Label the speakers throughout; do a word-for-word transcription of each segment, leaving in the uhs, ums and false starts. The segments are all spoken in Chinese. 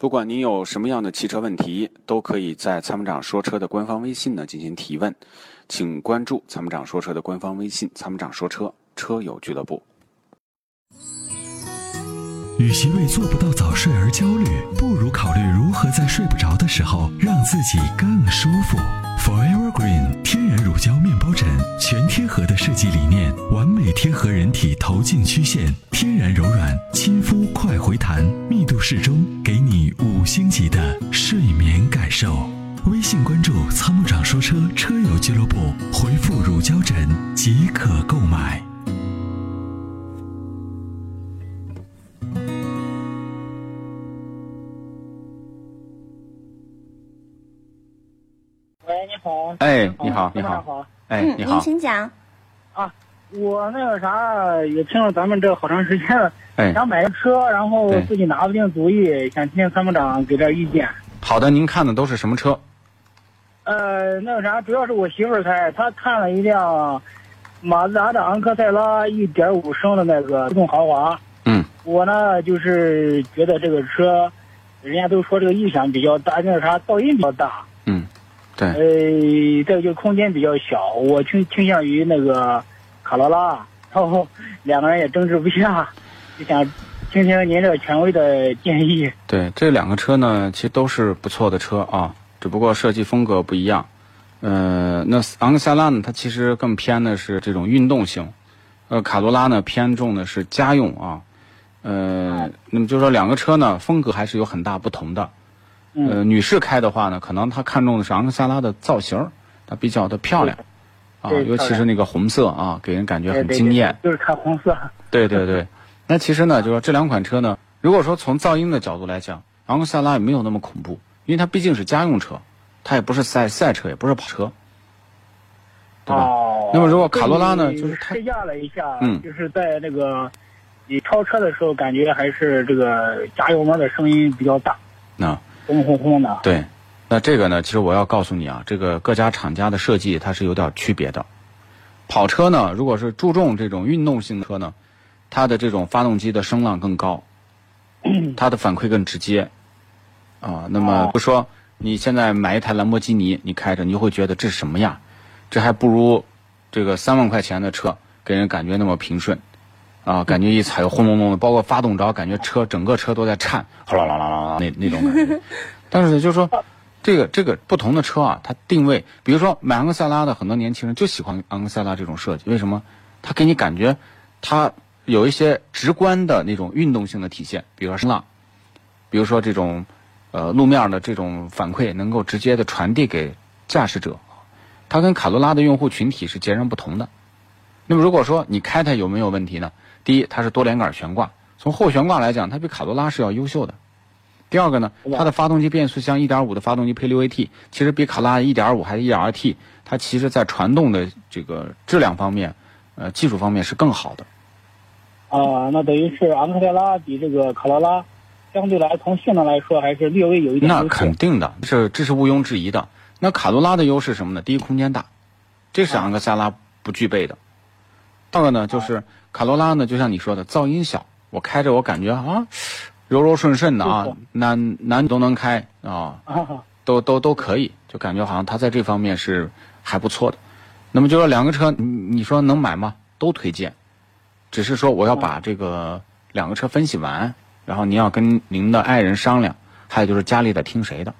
Speaker 1: 不管您有什么样的汽车问题，都可以在参谋长说车的官方微信呢进行提问，请关注参谋长说车的官方微信“参谋长说车车友俱乐部”。
Speaker 2: 与其为做不到早睡而焦虑，不如考虑如何在睡不着的时候让自己更舒服。Forever Green 天然乳胶面包枕，全贴合的设计理念，完美贴合人体头颈曲线，天然柔软，亲肤快回弹，密度适中，给你五星级的睡眠感受。微信关注参谋长说车车友俱乐部，回复乳胶枕即可购买。
Speaker 3: 喂，你好。
Speaker 1: 哎，你好，你好。
Speaker 3: 好。
Speaker 1: 哎，
Speaker 4: 嗯，
Speaker 1: 你好。
Speaker 4: 您请讲。
Speaker 3: 啊，我那个啥，也听了咱们这好长时间了，
Speaker 1: 哎，
Speaker 3: 想买个车，然后自己拿不定主意，想听参谋长给点意见。
Speaker 1: 好的，您看的都是什么车？
Speaker 3: 呃，那个啥，主要是我媳妇儿开，她看了一辆马自达的昂克赛拉一点五升的那个自动豪华。
Speaker 1: 嗯。
Speaker 3: 我呢，就是觉得这个车，人家都说这个异响比较大，那个啥噪音比较大。
Speaker 1: 嗯。对。
Speaker 3: 呃，这个就空间比较小，我倾倾向于那个卡罗拉，然后两个人也争执不下，就想听听您这个权威的建议。
Speaker 1: 对，这两个车呢，其实都是不错的车啊，只不过设计风格不一样。呃，那昂克赛拉呢，它其实更偏的是这种运动性，呃，卡罗拉呢偏重的是家用啊。呃，那么就是说两个车呢，风格还是有很大不同的。呃，女士开的话呢，可能她看中的是昂克赛拉的造型，它比较的漂亮啊，尤其是那个红色啊，给人感觉很惊艳。
Speaker 3: 对对对，就是看红色。
Speaker 1: 对对对，那其实呢，就是说这两款车呢，如果说从噪音的角度来讲，昂克赛拉也没有那么恐怖，因为它毕竟是家用车，它也不是赛赛车，也不是跑车，对吧？
Speaker 3: 哦。
Speaker 1: 那么如果卡罗拉呢，就是它
Speaker 3: 试驾了一下，
Speaker 1: 嗯，
Speaker 3: 就是在那个你超车的时候，感觉还是这个加油门的声音比较大。
Speaker 1: 那。
Speaker 3: 轰轰轰的。
Speaker 1: 对，那这个呢，其实我要告诉你啊，这个各家厂家的设计它是有点区别的。跑车呢，如果是注重这种运动性的车呢，它的这种发动机的声浪更高，它的反馈更直接啊。那么不说你现在买一台兰博基尼，你开着你就会觉得这是什么呀？这还不如这个三万块钱的车给人感觉那么平顺啊，感觉一踩轰隆隆的，包括发动着，感觉车整个车都在颤，哗啦啦啦啦那那种感觉。但是就是说，这个这个不同的车啊，它定位，比如说买昂克赛拉的很多年轻人就喜欢昂克赛拉这种设计，为什么？它给你感觉它有一些直观的那种运动性的体现，比如说声浪，比如说这种呃路面的这种反馈能够直接的传递给驾驶者，它跟卡罗拉的用户群体是截然不同的。那么如果说你开它有没有问题呢？第一，它是多连杆悬挂，从后悬挂来讲，它比卡罗拉是要优秀的。第二个呢，它的发动机变速箱 一点五 的发动机配 六 A T， 其实比卡罗拉 一点五 还是 一点二 T， 它其实在传动的这个质量方面，呃，技术方面是更好的。
Speaker 3: 啊、呃，那等于是昂克赛拉比这个卡罗拉，相对来从性能来说还是略微有一点优势。
Speaker 1: 那肯定的，是这是毋庸置疑的。那卡罗拉的优势是什么呢？第一，空间大，这是昂克赛拉不具备的。第二个呢，就是卡罗拉呢，就像你说的，噪音小，我开着我感觉啊，柔柔顺顺的啊，男男女都能开啊，都都都可以，就感觉好像它在这方面是还不错的。那么就说两个车，你你说能买吗？都推荐，只是说我要把这个两个车分析完，然后您要跟您的爱人商量，还有就是家里得听谁的。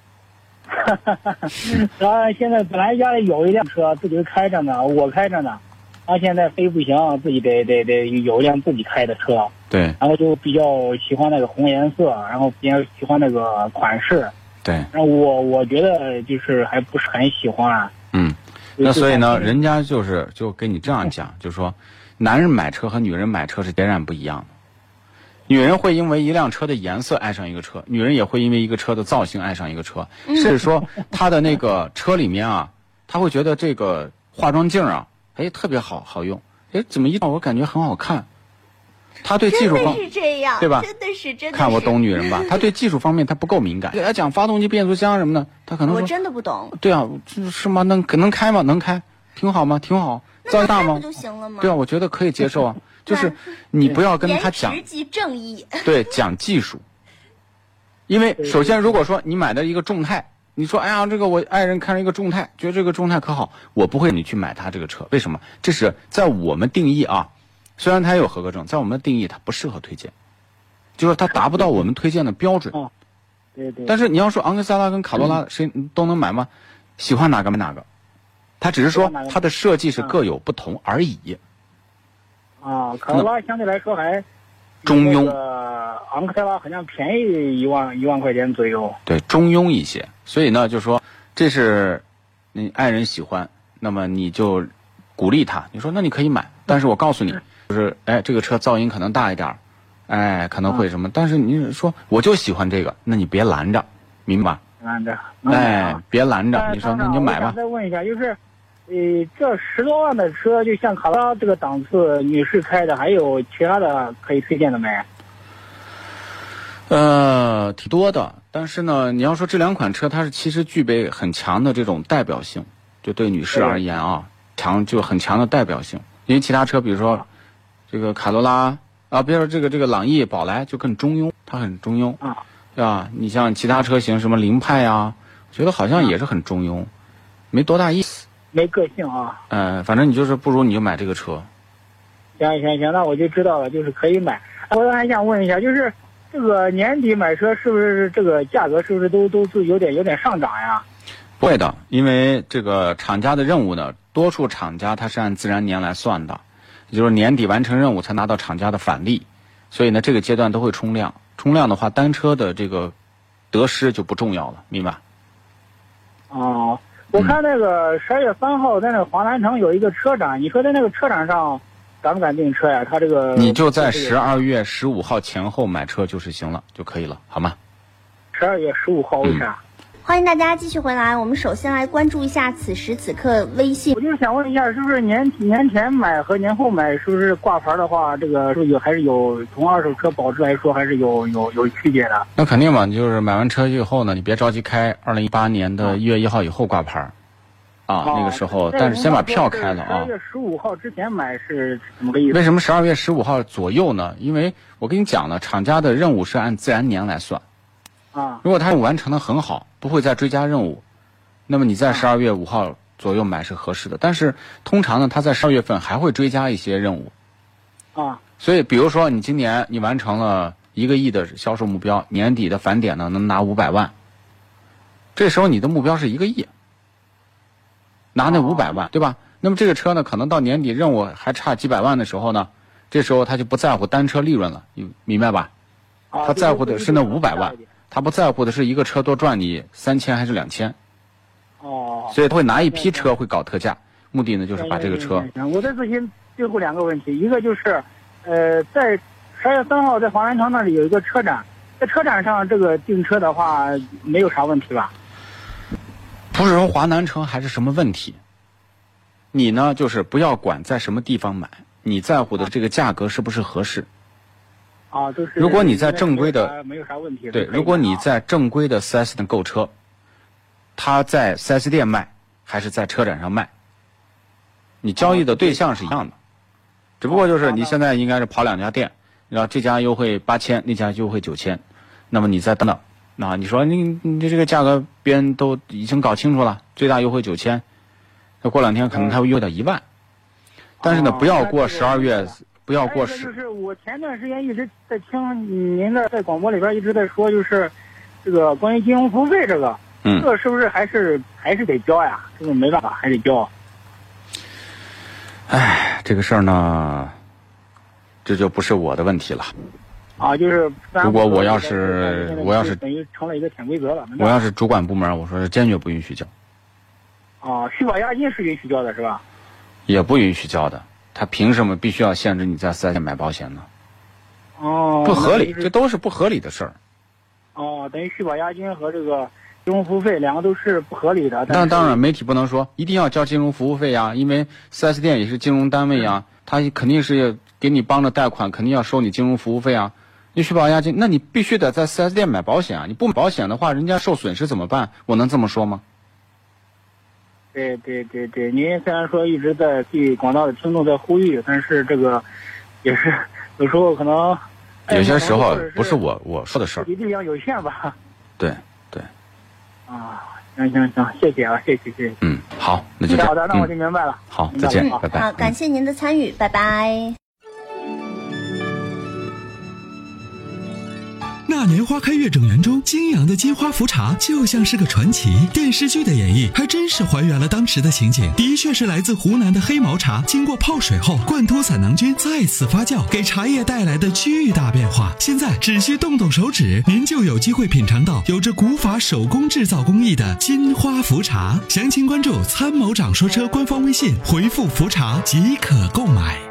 Speaker 3: 然后现在本来家里有一辆车自己开着呢，我开着呢。他现在非不行，自己得得得有一辆自己开的车。
Speaker 1: 对。
Speaker 3: 然后就比较喜欢那个红颜色，然后比较喜欢那个款式。
Speaker 1: 对。
Speaker 3: 然后我我觉得就是还不是很喜欢。
Speaker 1: 嗯。那所以呢，人家就是就跟你这样讲，就是说，男人买车和女人买车是截然不一样的。女人会因为一辆车的颜色爱上一个车，女人也会因为一个车的造型爱上一个车，甚至说她的那个车里面啊，她会觉得这个化妆镜啊。哎，特别好好用，哎，怎么一照我感觉很好看？他对技术方
Speaker 4: 是这样，
Speaker 1: 对吧？
Speaker 4: 真的是真的是。
Speaker 1: 看我懂女人吧？他对技术方面他不够敏感。给他讲发动机、变速箱什么的，他可能说
Speaker 4: 我真的不懂。
Speaker 1: 对啊，是吗？能能开吗？能开，挺好吗？挺好。噪音大吗？
Speaker 4: 就行了吗？
Speaker 1: 对啊，我觉得可以接受啊。就是你不要跟他讲
Speaker 4: 颜值即正义。
Speaker 1: 对，讲技术。 因为首先如果说你买的一个众泰，你说哎呀这个我爱人看了一个众泰，觉得这个众泰可好，我不会你去买他这个车，为什么？这是在我们定义啊，虽然它有合格证，在我们的定义它不适合推荐，就是它达不到我们推荐的标准。
Speaker 3: 哦，对对。
Speaker 1: 但是你要说昂克赛拉跟卡罗拉谁都能买吗？喜欢哪个买哪个，它只是说它的设计是各有不同而已。
Speaker 3: 啊，卡罗拉相对来说还
Speaker 1: 中庸，
Speaker 3: 昂克赛拉好像便宜一万一万块钱左右。
Speaker 1: 对，中庸一些。所以呢，就说这是你爱人喜欢，那么你就鼓励他，你说那你可以买，但是我告诉你，就是哎这个车噪音可能大一点，哎可能会什么，嗯、但是你说我就喜欢这个，那你别拦着，明白吧？
Speaker 3: 拦着，
Speaker 1: 哎，别拦着，你说那你就买吧。
Speaker 3: 再问一下，就是。呃，这十多万的车，就像卡罗拉这个档次，女士开的，还有其他的可以推荐的没？
Speaker 1: 呃，挺多的，但是呢，你要说这两款车，它是其实具备很强的这种代表性，就对女士而言啊，强就很强的代表性。因为其他车，比如说这个卡罗拉啊，比如说这个这个朗逸、宝来就更中庸，它很中庸啊，对吧？你像其他车型，什么凌派啊，我觉得好像也是很中庸，没多大意思。
Speaker 3: 没个性啊，
Speaker 1: 呃，反正你就是不如你就买这个车。
Speaker 3: 行行行，那我就知道了，就是可以买。我还想问一下，就是这个年底买车是不是这个价格是不是都都是有点有点上涨呀？
Speaker 1: 不会的，因为这个厂家的任务呢，多数厂家它是按自然年来算的，也就是年底完成任务才拿到厂家的返利，所以呢这个阶段都会冲量，冲量的话单车的这个得失就不重要了，明白？
Speaker 3: 哦。我看那个十二月三号在那个华南城有一个车展，你说在那个车展上敢不敢订车呀？他这个
Speaker 1: 你就在十二月十五号前后买车就是行了，就可以了，好吗？
Speaker 3: 十二月十五号为啥？
Speaker 4: 嗯欢迎大家继续回来，我们首先来关注一下此时此刻微信。
Speaker 3: 我就是想问一下，是不是年年前买和年后买，是不是挂牌的话，这个是不是有还是有从二手车保值来说还是有有有区别的？
Speaker 1: 那肯定嘛，就是买完车以后呢，你别着急开，二零一八年的一月一号以后挂牌，啊，啊那个时候，但是先把票开了啊。
Speaker 3: 十二月十五号之前买是怎么个意思？
Speaker 1: 为什么十二月十五号左右呢？因为我跟你讲了，厂家的任务是按自然年来算。
Speaker 3: 啊，
Speaker 1: 如果他完成的很好，不会再追加任务，那么你在十二月五号左右买是合适的。但是通常呢，他在十二月份还会追加一些任务。
Speaker 3: 啊，
Speaker 1: 所以比如说你今年你完成了一个亿的销售目标，年底的返点呢能拿五百万，这时候你的目标是一个亿，拿那五百万，对吧？那么这个车呢，可能到年底任务还差几百万的时候呢，这时候他就不在乎单车利润了，你明白吧？他在乎的是那五百万。他不在乎的是一个车多赚你三千还是两千，
Speaker 3: 哦，
Speaker 1: 所以他会拿一批车会搞特价，目的呢就是把这个车。
Speaker 3: 行，我再咨询最后两个问题，一个就是，呃，在十二月三号在华南城那里有一个车展，在车展上这个订车的话没有啥问题吧？
Speaker 1: 不是说华南城还是什么问题，你呢就是不要管在什么地方买，你在乎的这个价格是不是合适。
Speaker 3: 啊，就是
Speaker 1: 如果你在正规的
Speaker 3: 没有啥问题。
Speaker 1: 对，如果你在正规的 四 S 店购车，他在 四 S 店卖还是在车展上卖，你交易的对象是一样的，只不过就是你现在应该是跑两家店，然后这家优惠八千，那家优惠九千，那么你再等等，那你说你你这个价格别人都已经搞清楚了，最大优惠九千，那过两天可能他会优惠到一万，但是呢，不要过十二月。不要过时。
Speaker 3: 就是我前段时间一直在听您的在广播里边一直在说，就是这个关于金融服务费这个，
Speaker 1: 嗯，
Speaker 3: 这个是不是还是还是得交呀？这个没办法，还得交。
Speaker 1: 哎，这个事儿呢，这就不是我的问题了。
Speaker 3: 啊，就是
Speaker 1: 如果我要是我要是
Speaker 3: 等于成了一个潜规则了。
Speaker 1: 我要是主管部门，我说是坚决不允许交。
Speaker 3: 啊，续保押金是允许交的是吧？
Speaker 1: 也不允许交的。他凭什么必须要限制你在四 S 店买保险呢？
Speaker 3: 哦，
Speaker 1: 不合理，这都是不合理的事儿。
Speaker 3: 哦，等于续保押金和这个金融服务费两个都是不合理的。
Speaker 1: 但当然，媒体不能说一定要交金融服务费呀，因为四 S 店也是金融单位呀，他肯定是给你帮着贷款，肯定要收你金融服务费啊。你续保押金，那你必须得在四 S 店买保险啊！你不买保险的话，人家受损失怎么办？我能这么说吗？
Speaker 3: 对对对对，您虽然说一直在替广大的听众在呼吁，但是这个也是有时候可能
Speaker 1: 有些时候不是我我说的事儿，
Speaker 3: 力量有限吧。
Speaker 1: 对对。
Speaker 3: 啊，行行行，谢谢啊，谢谢谢谢。
Speaker 1: 嗯，好，那就这样。
Speaker 3: 好的，那我就明白了。
Speaker 1: 嗯、好，再见，拜拜。
Speaker 4: 好，感谢您的参与，拜拜。
Speaker 2: 那年花开月正圆中，泾阳的金花茯茶就像是个传奇。电视剧的演绎还真是还原了当时的情景，的确是来自湖南的黑毛茶，经过泡水后，灌脱散囊菌再次发酵，给茶叶带来的巨大变化。现在只需动动手指，您就有机会品尝到有着古法手工制造工艺的金花茯茶。详情关注参谋长说车官方微信，回复茯茶即可购买。